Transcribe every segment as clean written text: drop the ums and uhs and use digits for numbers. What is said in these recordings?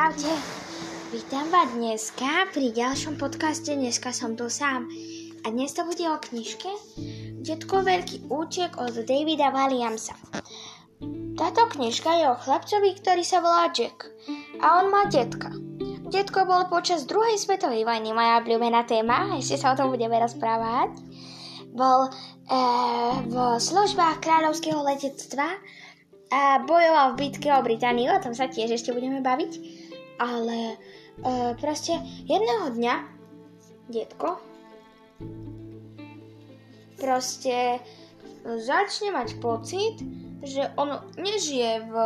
Čaute, vítam vás dneska pri ďalšom podcaste. Dneska som tu sám a dnes to bude o knižke Detko veľký útek od Davida Williamsa. Táto knižka je o chlapcovi, ktorý sa volá Jack a on má detka. Detko bol počas druhej svetovej vojny, moja obľúbená téma, ešte sa o tom budeme rozprávať. Bol v službách kráľovského letectva a bojoval v bitke o Britániu, o tom sa tiež ešte budeme baviť. Ale proste jedného dňa detko proste začne mať pocit, že on nežije v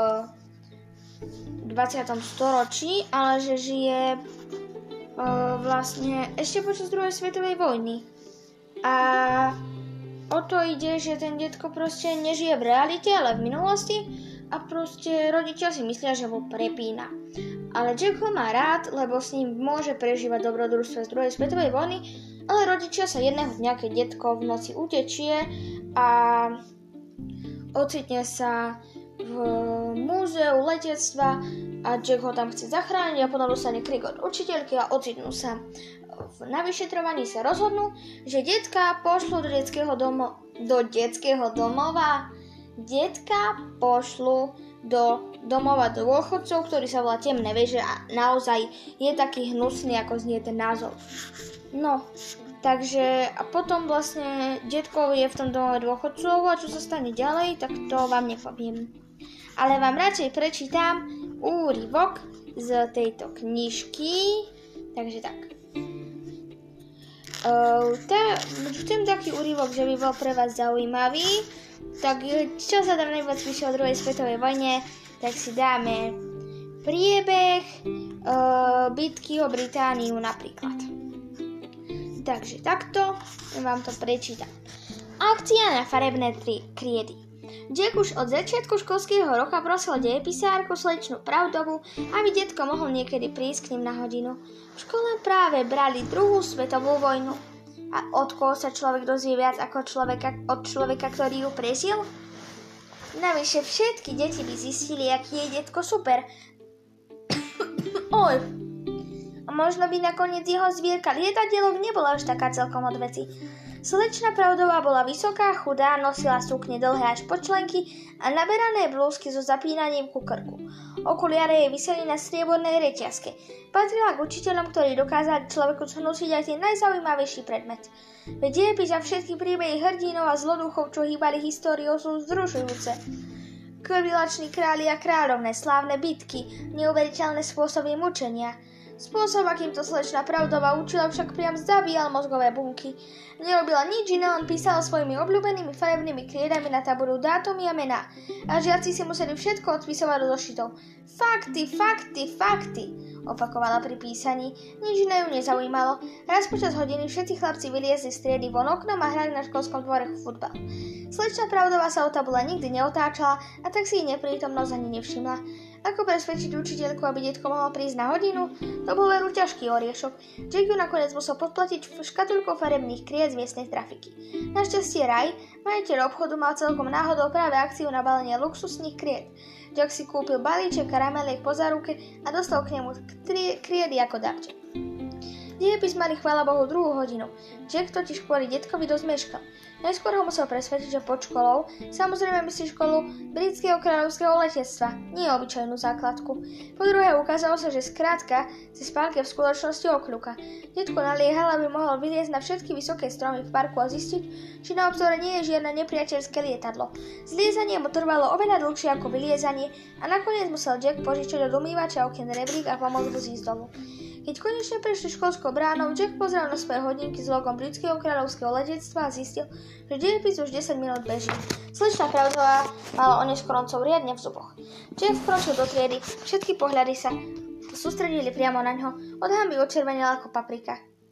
20. storočí, ale že žije vlastne ešte počas druhej svetovej vojny. A o to ide, že ten detko proste nežije v realite, ale v minulosti a proste rodičia si myslia, že ho prepína. Ale Jack ho má rád, lebo s ním môže prežívať dobrodružstvo z druhej svetovej vojny, ale rodičia sa jedného dňa, keď detko v noci utečie a ocitne sa v múzeu letectva a Jack ho tam chce zachrániť a potom dostane krik od učiteľky a ocitnú sa na vyšetrovaní, sa rozhodnú, že detka pošlú do detského domova. Detka pošlú do domova dôchodcov, ktorý sa volá Temné veže a naozaj je taký hnusný, ako znie ten názov. No, takže a potom vlastne detko je v tom domove dôchodcov a čo sa stane ďalej, tak to vám nepoviem. Ale vám radšej prečítam úryvok z tejto knižky, takže tak. Chcem taký úryvok, že by bol pre vás zaujímavý. Tak čo sa tam najviac píše o druhej svetovej vojne, tak si dáme priebeh bitky o Britániu napríklad. Takže takto vám to prečítam. Akcia na farebné kriedy. Jack už od začiatku školského roka prosil dejepisárku slečnu Pravdovú, aby detko mohol niekedy prísť k ním na hodinu. V škole práve brali druhú svetovú vojnu. A od koho sa človek dozvie viac ako od človeka, ktorý ju prežil? Navyše všetky deti by zistili, aký je detko super. Oj. A možno by nakoniec jeho zvierka lietadielok nebola až taká celkom od veci. Slečna Pravdová bola vysoká, chudá, nosila sukne dlhé až po členky a naberané blúzky so zapínaním ku krku. Okuliare jej viseli na striebornej reťazke. Patrila k učiteľom, ktorí dokázali človeku vnúsiť aj ten najzaujímavejší predmet. Veď dejepis a všetky príbehy hrdinov a zloduchov, čo hýbali históriou, sú vzrušujúce. Krvilační králi a kráľovné, slávne bitky, neuveriteľné spôsoby mučenia. Spôsob, akým to slečna Pravdová učila, však priam zabíjal mozgové bunky. Nerobila nič iné, len písala svojimi obľúbenými farebnými kriedami na tabuľu dátumy a mená. A žiaci si museli všetko odpisovať do zošitov. Fakty, fakty, fakty, opakovala pri písaní. Nič iné ju nezaujímalo. Raz počas hodiny všetci chlapci vyliezli z triedy von oknom a hrali na školskom dvore futbal. Slečna Pravdová sa o tabule nikdy neotáčala a tak si jej neprítomnosť ani nevšimla. Ako presvedčiť učiteľku, aby detko mohlo prísť na hodinu? To bol veru ťažký oriešok. Jack ju nakoniec musel podplatiť škatulkou farebných kried z miestnej trafiky. Našťastie Raj, majiteľ obchodu, mal celkom náhodou práve akciu na balenie luxusných kried. Jack si kúpil balíček karameliek po záruke a dostal k nemu kriedy ako darček. Dejepis mali chvála Bohu druhú hodinu. Jack totiž kvôli detkovi dosť meškal. Najskôr ho musel presvedčiť, že pod školou, samozrejme myslí školu britského kráľovského letectva, nie obyčajnú základku. Po druhé ukázalo sa, že skrátka si spálke v skutočnosti okľuka. Detko naliehal, aby mohol vyliezť na všetky vysoké stromy v parku a zistiť, či na obzore nie je žiadne nepriateľské lietadlo. Zliezanie mu trvalo oveľa dlhšie ako vyliezanie a nakoniec musel Jack požičať od umývača okien rebrík a pomôcť mu zísť dolu. Keď konečne prešli školskou bránou, Jack pozrel na svoje hodinky s logom britského kráľovského letectva a zistil, že dejepis už 10 minút beží. Slečna Pravdová mala oneskorencov riadne v zuboch. Jack vkročil do triedy, všetky pohľady sa sústredili priamo na ňo, od hanby očervenila ako paprika.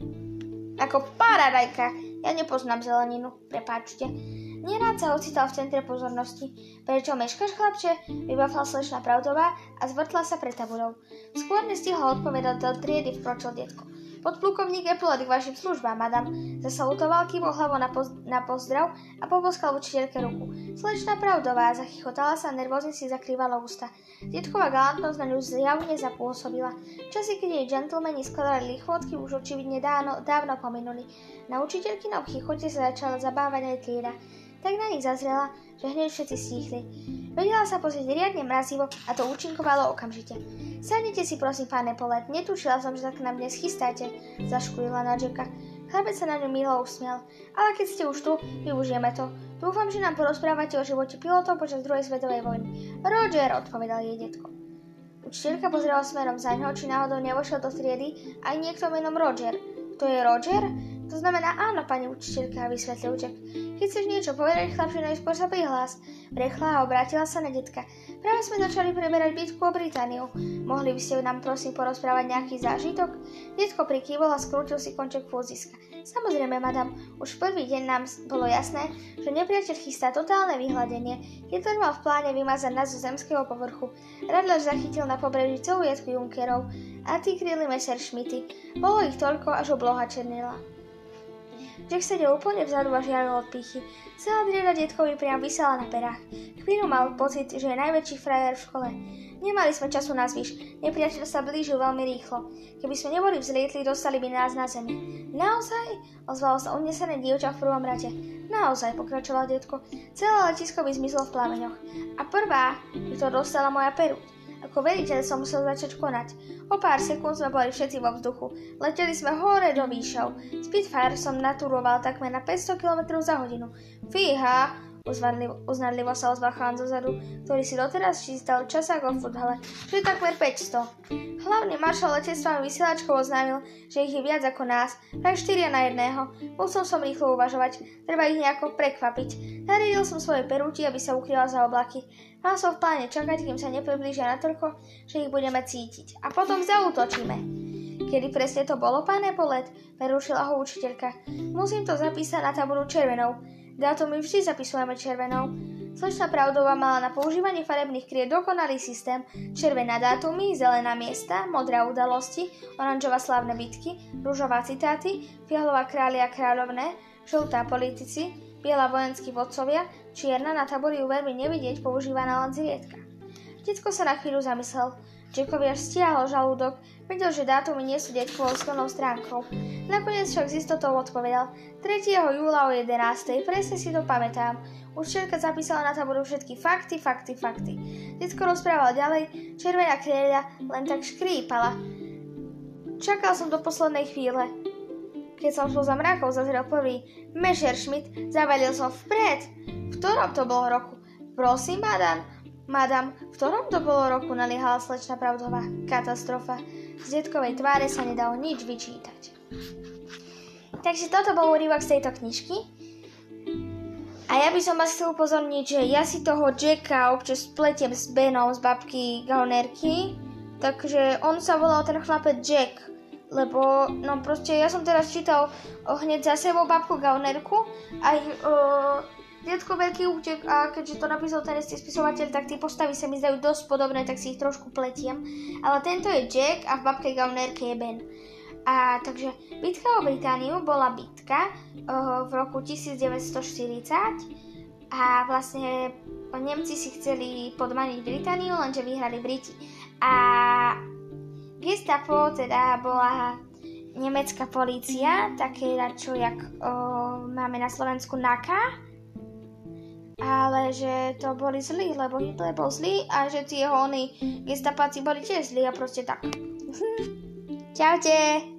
Ako paradajka, ja nepoznám zeleninu, prepáčte. Nerád sa ocital v centre pozornosti. Prečo meškaš, chlapče? Vybafla slečna Pravdová a zvrtla sa pred tabuľou. Skôr nestihla odpovedať, do triedy vkročil detko. Podplukovník Epaulet k vašim službám, madam. Zasalutoval, kývol hlavou na pozdrav a poboskal učiteľke ruku. Slečna Pravdová, zachychotala sa, nervózne si zakrývala ústa. Detková galantnosť na ňu zjavne zapôsobila. Časy, keď jej džentlmeni skladali lichvotky, už očividne dávno pominuli. Na učiteľkinom chichote sa začala zabávať aj trieda. Tak na nich zazrela, že hneď všetci stíchli. Vedela sa pozrieť riadne mrazivo a to účinkovalo okamžite. Sadnite si prosím, pán Epaulet, netušila som, že sa k nám dnes chystáte, zaškulila na Jacka. Chlapec sa na ňu milo usmial. Ale keď ste už tu, využijeme to. Dúfam, že nám porozprávate o živote pilotov počas druhej svetovej vojny. Roger, odpovedal jej detko. Učiteľka pozrela smerom za ňo, či náhodou nevošiel do triedy aj niekto menom Roger. To je Roger? To znamená áno, pani učiteľka, vysvetlil Jack. Keď chceš niečo povedať, chlapčino, skôr sa prihlás. Prechla a obrátila sa na detka. Práve sme začali preberať bitku o Britániu. Mohli by ste nám prosím porozprávať nejaký zážitok? Detko prikývol a skrútil si konček fúziska. Samozrejme, madam, už v prvý deň nám bolo jasné, že nepriateľ chystá totálne vyhladenie. Hitler mal v pláne vymazať nás zo zemského povrchu. Radler zachytil na pobreží celú jedku Junckerov a tí kryli Messerschmitty. Bolo ich toľko, až obloha černila. Jack sedel úplne vzadu a žiaril od pýchy. Celá drieda detkovi priam visela na perách. Chvíľu mal pocit, že je najväčší frajer v škole. Nemali sme času na zvyš. Nepriateľ sa blížil veľmi rýchlo. Keby sme neboli vzlietli, dostali by nás na zemi. Naozaj? Ozvalo sa unesené dievča v prvom rade. Naozaj, pokračoval detko. Celé letisko by zmizlo v plameňoch. A prvá by to dostala moja peruť. Ako veliteľ som musel začať konať. O pár sekúnd sme boli všetci vo vzduchu. Leteli sme hore do výšav. Spitfire som naturoval takmer na 500 km za hodinu. Fíha, uznadlivo sa ozval chlán zozadu, ktorý si doteraz čítal časák o futbale, že je takmer 500. Hlavný maršal letectva mi vysielačkou oznámil, že ich je viac ako nás, aj 4 na 1. Musel som rýchlo uvažovať, treba ich nejako prekvapiť. Nariadil som svoje perúti, aby sa ukryla za oblaky. Mal som v pláne čakať, kým sa nepriblížia natoľko, že ich budeme cítiť. A potom zaútočíme. Kedy presne to bolo, pán Epaulet? Prerušila ho učiteľka. Musím to zapísať na tabuľu červenou. Dátumy vždy zapisujeme červenou. Slečna Pravdová mala na používanie farebných kried dokonalý systém. Červená dátumy, zelená miesta, modrá udalosti, oranžová slávne bitky, ružová citáty, fialová králi a kráľovné, žltá politici, biela vojenskí vodcovia, čierna na tabuli veľmi nevidieť, používaná len zriedka. Detko sa na chvíľu zamyslel. Jackovi až stiahol žalúdok, vedel, že dátumy nie sú detkovou silnou stránkou. Nakoniec však s istotou odpovedal. 3. júla o 11. Presne si to pamätám. Učiteľka zapísala na tabuľu všetky fakty. Detko rozprával ďalej, červená krieda len tak škrípala. Čakal som do poslednej chvíle. Keď som spoza mrakov zazrel prvý Messerschmitt, zavalil som vpred. V ktorom to bolo roku? Prosím, madam, v ktorom to bolo roku, naliehala slečna Pravdová. Katastrofa. Z detkovej tváre sa nedalo nič vyčítať. Takže toto bol úryvok z tejto knižky. A ja by som vás chcel upozorniť, že ja si toho Jacka občas spletiem s Benom z babky Gaunerky. Takže on sa volal ten chlapec Jack. Lebo, no proste, ja som teraz čítal hneď za sebou babku Gaunerku. Aj Detko Veľký útek, a keďže to napísal ten istý spisovateľ, tak tie postavy sa mi zdajú dosť podobné, tak si ich trošku pletiem. Ale tento je Jack a v babke Gaunerke je Ben. A takže bitka o Britániu bola bitka v roku 1940 a vlastne Nemci si chceli podmaniť Britániu, lenže vyhrali Briti. A Gestapo teda bola nemecká polícia, také čo jak máme na Slovensku NAKA, ale že to boli zlí, lebo Hitler bol zlý a že tí jeho gestapáci boli tiež zlí a proste tak. Čaute!